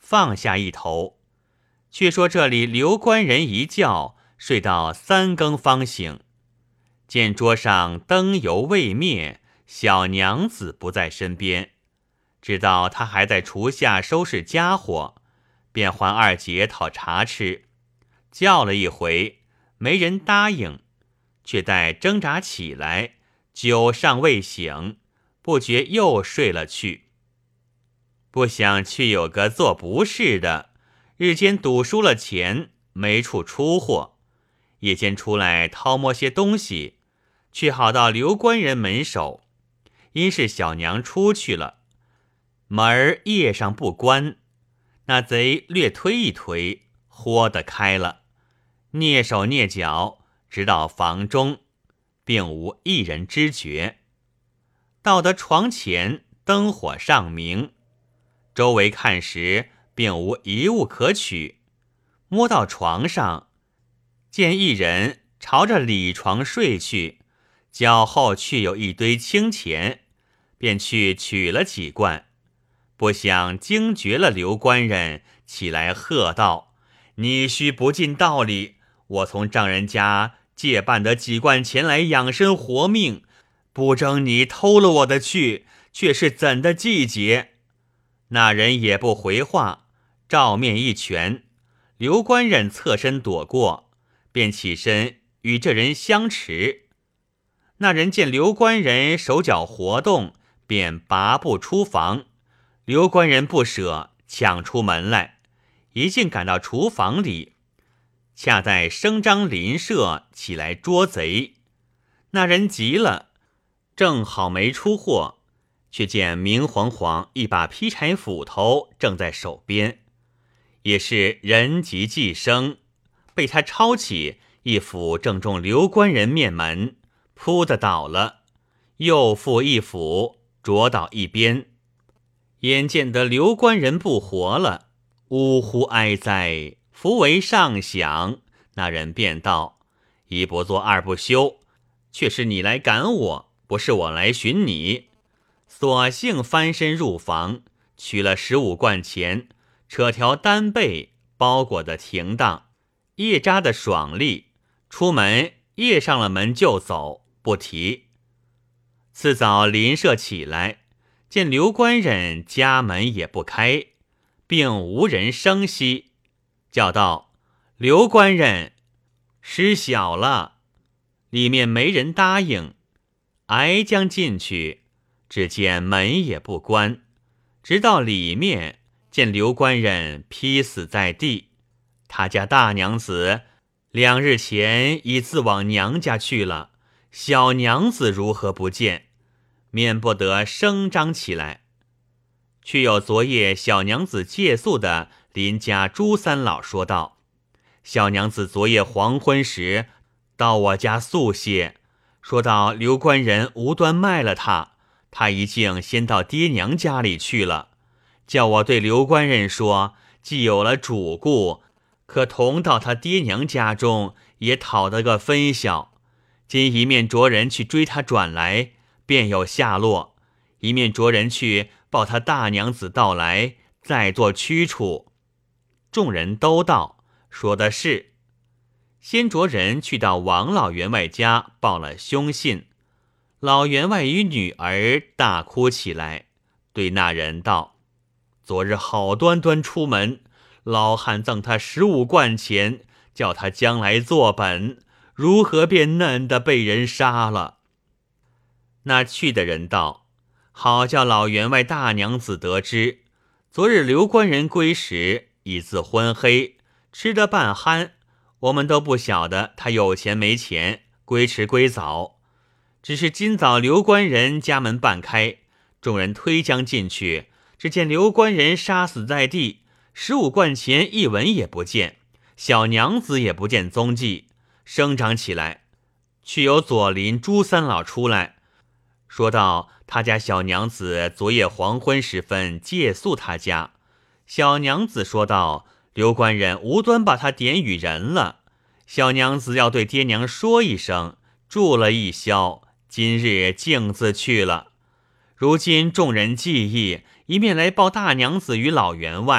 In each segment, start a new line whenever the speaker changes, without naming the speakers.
放下一头。却说这里刘官人一觉，睡到3更方醒，见桌上灯犹未灭，小娘子不在身边，知道他还在厨下收拾家伙，便唤二姐讨茶吃，叫了一回，没人答应，却待挣扎起来，酒尚未醒，不觉又睡了去。不想却有个做不是的，日间赌输了钱，没处出货，夜间出来掏摸些东西，却好到刘官人门首，因是小娘出去了，门儿夜上不关，那贼略推一推，豁得开了，蹑手蹑脚直到房中，并无一人知觉。到得床前，灯火尚明，周围看时，并无一物可取，摸到床上，见一人朝着里床睡去，脚后却有一堆清钱，便去取了几罐，不想惊觉了刘官人，起来喝道：“你须不尽道理，我从丈人家借办得几罐钱来养身活命，不争你偷了我的去，却是怎的季节？”那人也不回话，照面一拳，刘官人侧身躲过，便起身与这人相持。那人见刘官人手脚活动，便拔步出房，刘官人不舍，抢出门来，一径赶到厨房里，恰在声张邻舍起来捉贼。那人急了，正好没出货，却见明晃晃一把劈柴斧头正在手边，也是人急计生，被他抄起，一斧正中刘官人面门，扑的倒了，又复一斧啄倒一边。眼见得刘官人不活了，呜呼哀哉，弗为上想。那人便道：“一不做二不休，却是你来赶我，不是我来寻你。”索性翻身入房，取了15贯钱，扯条单被包裹得停当，夜扎的爽利，出门夜上了门就走，不提。次早邻舍起来，见刘官人家门也不开，并无人声息，叫道：“刘官人，失晓了。”里面没人答应，挨将进去，只见门也不关，直到里面见刘官人劈死在地，他家大娘子2日前已自往娘家去了，小娘子如何不见？免不得声张起来。却有昨夜小娘子借宿的邻家朱三老说道：“小娘子昨夜黄昏时到我家宿歇，说到刘官人无端卖了他一径先到爹娘家里去了，叫我对刘官人说，既有了主顾，可同到他爹娘家中也讨得个分晓。今一面着人去追他转来，便有下落；一面着人去报他大娘子到来，再做驱处。”众人都道：“说的是。”先着人去到王老员外家报了凶信，老员外与女儿大哭起来，对那人道：“昨日好端端出门，老汉赠他15贯钱，叫他将来做本，如何便嫩的被人杀了？”那去的人道：“好叫老员外大娘子得知，昨日刘官人归时已自昏黑，吃得半酣，我们都不晓得他有钱没钱，归迟归早。只是今早刘官人家门半开，众人推将进去，只见刘官人杀死在地，15贯钱一文也不见，小娘子也不见踪迹，声张起来。却有左邻朱三老出来，说道他家小娘子昨夜黄昏时分借宿他家，小娘子说道刘官人无端把他点与人了，小娘子要对爹娘说一声，住了一宵，今日径自去了。如今众人记忆，一面来报大娘子与老员外，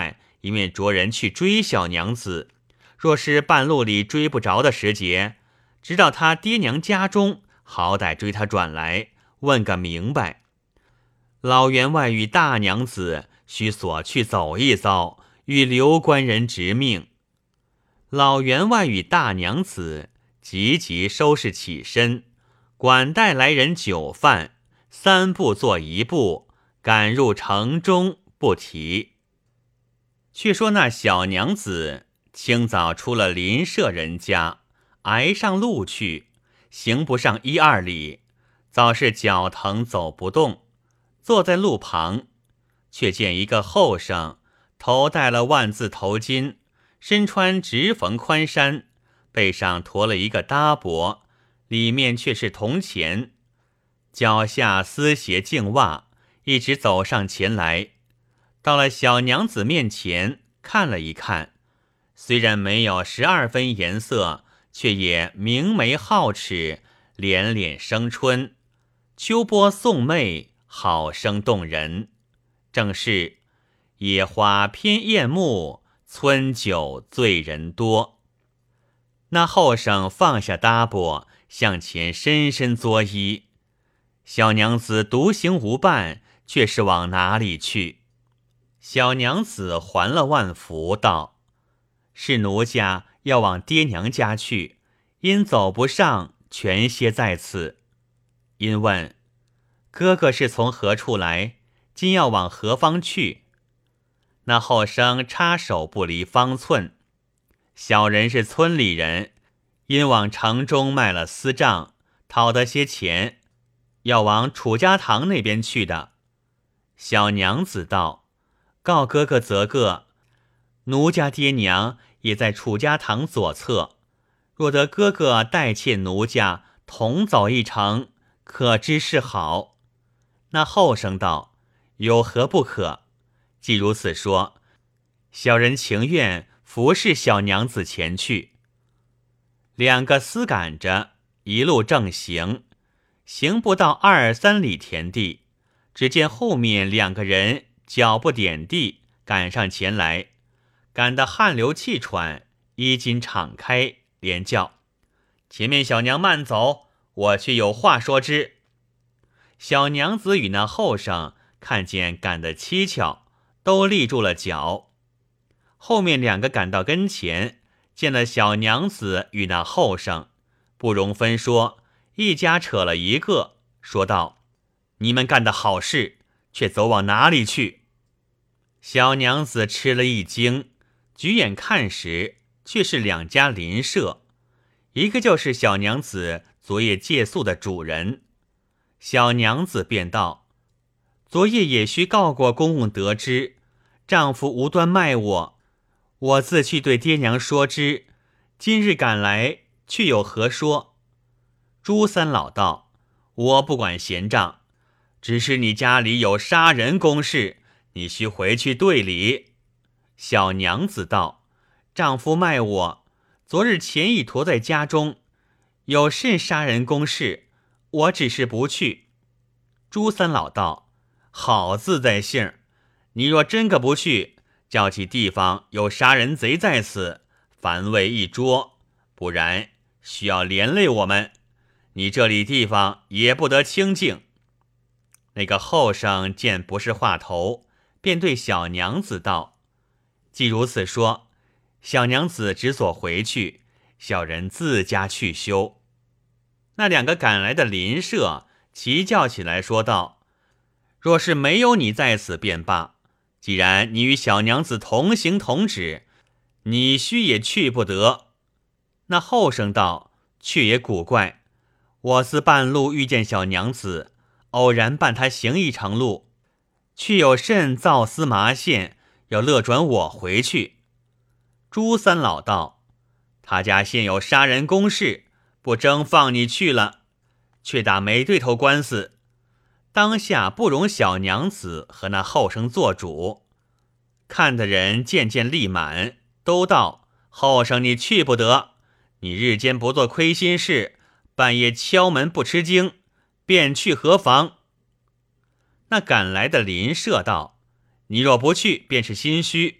一面着人去追小娘子。若是半路里追不着的时节，直到他爹娘家中，好歹追他转来，问个明白。老员外与大娘子须所去走一遭，与刘官人执命。老员外与大娘子急急收拾起身，管带来人酒饭，3步做1步，赶入城中不提。却说那小娘子清早出了邻舍人家，挨上路去，行不上1、2里，早是脚疼走不动，坐在路旁，却见一个后生头戴了万字头巾，身穿直缝宽衫，背上驮了一个搭帛，里面却是铜钱，脚下丝鞋净袜，一直走上前来，到了小娘子面前看了一看，虽然没有12分颜色，却也明眉皓齿，脸脸生春，秋波送媚，好生动人。正是野花偏艳目，村酒醉人多。那后生放下搭帛，向前深深作揖。小娘子独行无伴，却是往哪里去？小娘子还了万福，道：是奴家要往爹娘家去，因走不上，全歇在此。因问哥哥是从何处来，今要往何方去？那后生插手不离方寸。小人是村里人，因往城中卖了私账，讨得些钱，要往楚家堂那边去的。小娘子道：告哥哥则个，奴家爹娘也在楚家堂左侧，若得哥哥代妾奴家同走一程，可知是好。那后生道：有何不可？既如此说，小人情愿服侍小娘子前去。2个厮赶着，一路正行，行不到2、3里田地，只见后面2个人脚不点地赶上前来，赶得汗流气喘，衣襟敞开，连叫：前面小娘慢走，我却有话说之。小娘子与那后生看见赶得蹊跷，都立住了脚。后面2个赶到跟前，见了小娘子与那后生，不容分说，一家扯了一个，说道：你们干的好事，却走往哪里去？小娘子吃了一惊，举眼看时，却是2家邻舍，一个就是小娘子昨夜借宿的主人。小娘子便道：昨夜也须告过公公得知，丈夫无端卖我自去对爹娘说之，今日赶来，却有何说？朱三老道：我不管闲账，只是你家里有杀人公事，你须回去对理。小娘子道：丈夫卖我，昨日钱已驮在家中，有甚杀人公事，我只是不去。朱三老道：好自在性，你若真个不去，叫起地方有杀人贼在此，凡位一捉，不然需要连累我们，你这里地方也不得清净。那个后生见不是话头，便对小娘子道：既如此说，小娘子只所回去，小人自家去休。那2个赶来的邻舍齐叫起来说道：若是没有你在此便罢，既然你与小娘子同行同旨，你须也去不得。那后生道：却也古怪，我自半路遇见小娘子，偶然伴她行一程路，却有甚造丝麻线，要勒转我回去。朱三老道：他家现有杀人公事，不争放你去了，却打没对头官司。当下不容小娘子和那后生做主，看的人渐渐立满，都道：后生你去不得，你日间不做亏心事，半夜敲门不吃惊，便去何妨？那赶来的邻舍道：你若不去便是心虚，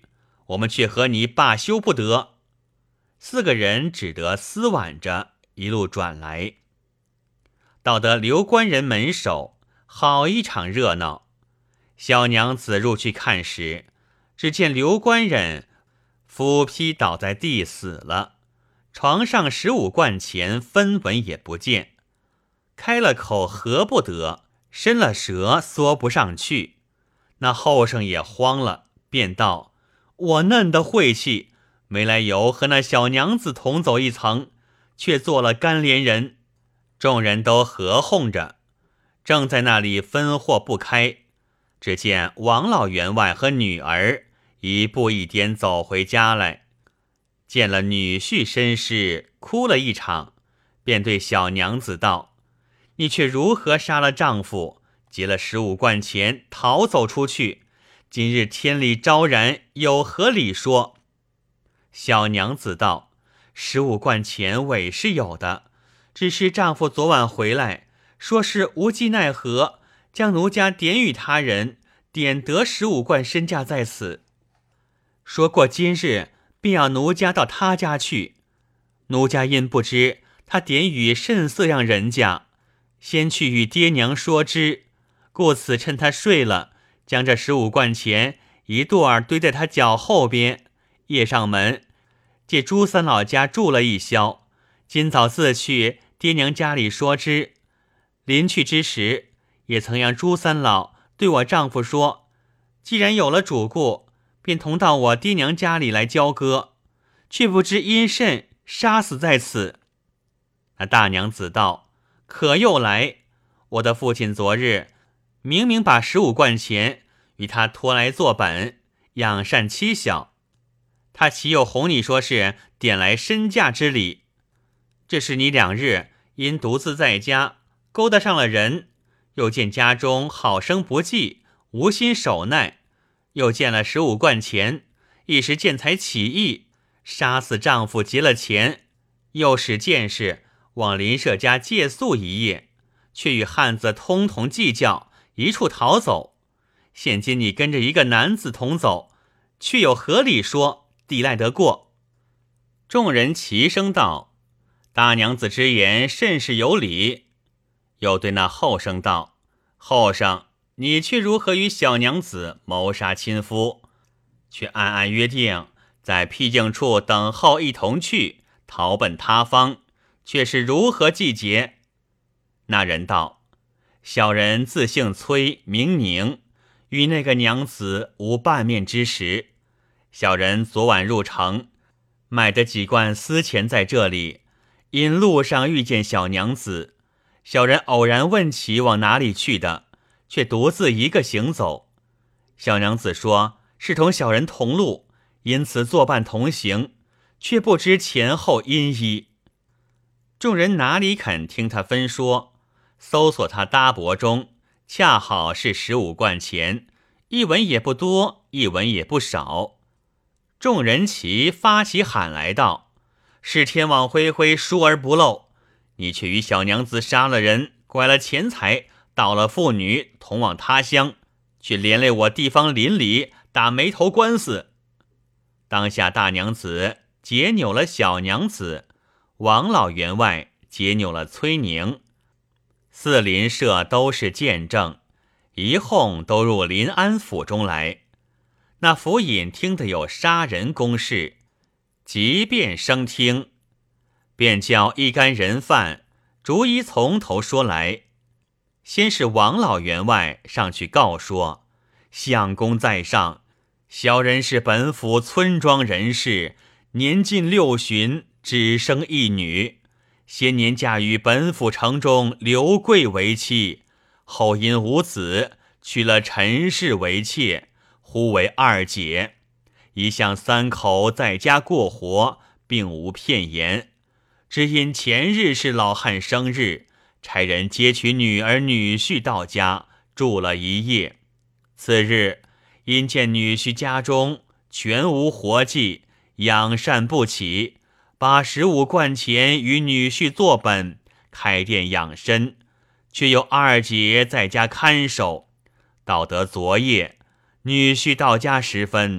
我们却和你罢休不得。4个人只得厮挽着一路转来，到得刘官人门首，好一场热闹。小娘子入去看时，只见刘官人斧劈倒在地死了，床上15贯钱分文也不见，开了口合不得，伸了舌缩不上去。那后生也慌了，便道：我嫩的晦气，没来由和那小娘子同走一层，却做了干连人。众人都合哄着，正在那里分货不开，只见王老员外和女儿一步一颠走回家来，见了女婿身世，哭了一场，便对小娘子道：你却如何杀了丈夫，劫了15贯钱，逃走出去？今日天理昭然，有何理说？小娘子道：15贯钱伪是有的，只是丈夫昨晚回来，说是无计奈何，将奴家典与他人，典得15贯身价在此。说过今日便要奴家到他家去，奴家因不知他典与甚色样人家，先去与爹娘说之，故此趁他睡了，将这15贯钱一对儿堆在他脚后边，夜上门，借朱三老家住了一宵，今早自去爹娘家里说之。临去之时，也曾让朱三老对我丈夫说，既然有了主顾，便同到我爹娘家里来交割，却不知因甚杀死在此。那大娘子道：可又来？我的父亲昨日明明把15贯钱与他托来作本，养善妻小，他岂有哄你说是点来身价之理？这是你2日因独自在家勾搭上了人，又见家中好生不济，无心守耐，又见了15贯钱，一时见财起意，杀死丈夫劫了钱，又使剑士往邻舍家借宿一夜，却与汉子通同计较，一处逃走。现今你跟着一个男子同走，却有何理说抵赖得过？众人齐声道：大娘子之言甚是有理。又对那后生道：后生，你却如何与小娘子谋杀亲夫，却暗暗约定在僻静处等候一同去，逃奔他方，却是如何计节？那人道：小人自姓崔，名宁，与那个娘子无半面之实。小人昨晚入城，买的几贯丝钱在这里，因路上遇见小娘子，小人偶然问起往哪里去的，却独自一个行走。小娘子说是同小人同路，因此作伴同行，却不知前后因依。众人哪里肯听他分说，搜索他搭帛中，恰好是15贯钱，一文也不多，一文也不少。众人齐发起喊来道：是天网恢恢，疏而不漏，你却与小娘子杀了人，拐了钱财，盗了妇女，同往他乡，却连累我地方邻里打眉头官司。当下大娘子解扭了小娘子，王老员外解扭了崔宁，4邻舍都是见证，一哄都入临安府中来。那府尹听得有杀人公事，即便生听，便叫一干人犯逐一从头说来。先是王老员外上去告说：相公在上，小人是本府村庄人士，年近6旬，只生一女，先年嫁与本府城中刘贵为妻，后因无子，娶了陈氏为妾，呼为二姐。一向3口在家过活，并无片言，只因前日是老汉生日，差人接取女儿女婿到家住了一夜。次日因见女婿家中全无活计，养善不起，把15贯钱与女婿作本，开店养身，却有二姐在家看守。到得昨夜，女婿到家时分，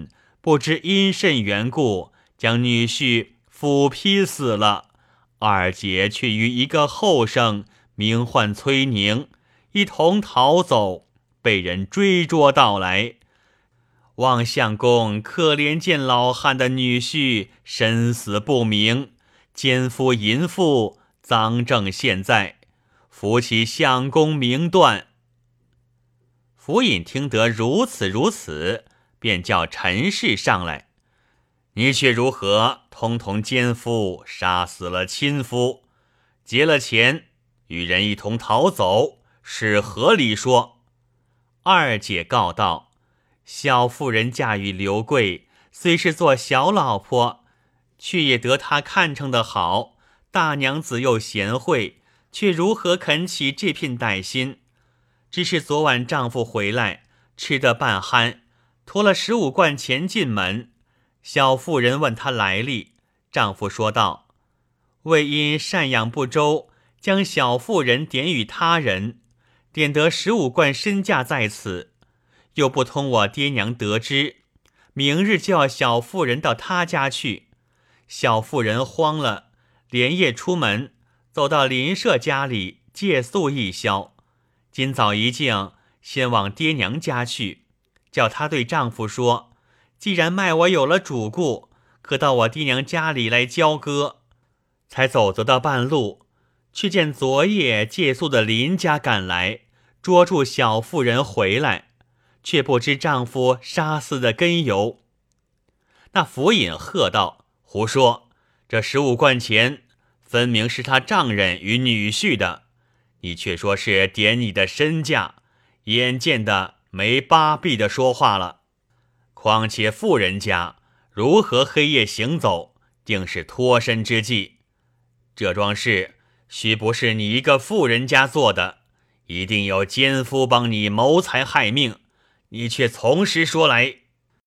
不知因甚缘故，将女婿斧劈死了。二姐却与一个后生名唤崔宁一同逃走，被人追捉到来。望相公可怜见老汉的女婿身死不明，奸夫淫妇赃证现在，扶起相公明断。府尹听得如此，便叫陈氏上来。你却如何通同奸夫杀死了亲夫，劫了钱，与人一同逃走，是何理说？二姐告道：小妇人嫁与刘贵，虽是做小老婆，却也得他看称的好，大娘子又贤惠，却如何肯起这片歹心？只是昨晚丈夫回来，吃得半酣，驮了15贯钱进门。小妇人问他来历，丈夫说道：为因赡养不周，将小妇人典与他人，典得15贯身价在此，又不通我爹娘得知，明日就要小妇人到他家去。小妇人慌了，连夜出门，走到邻舍家里借宿一宵。今早一竟，先往爹娘家去，叫她对丈夫说，既然卖我有了主顾，可到我爹娘家里来交割。才走到半路，却见昨夜借宿的邻家赶来，捉住小妇人回来，却不知丈夫杀死的根由。那府尹喝道：胡说！这15贯钱分明是他丈人与女婿的，你却说是点你的身价，眼见的没8臂的说话了。况且妇人家如何黑夜行走，定是脱身之计。这桩事须不是你一个妇人家做的，一定有奸夫帮你谋财害命，你却从实说来。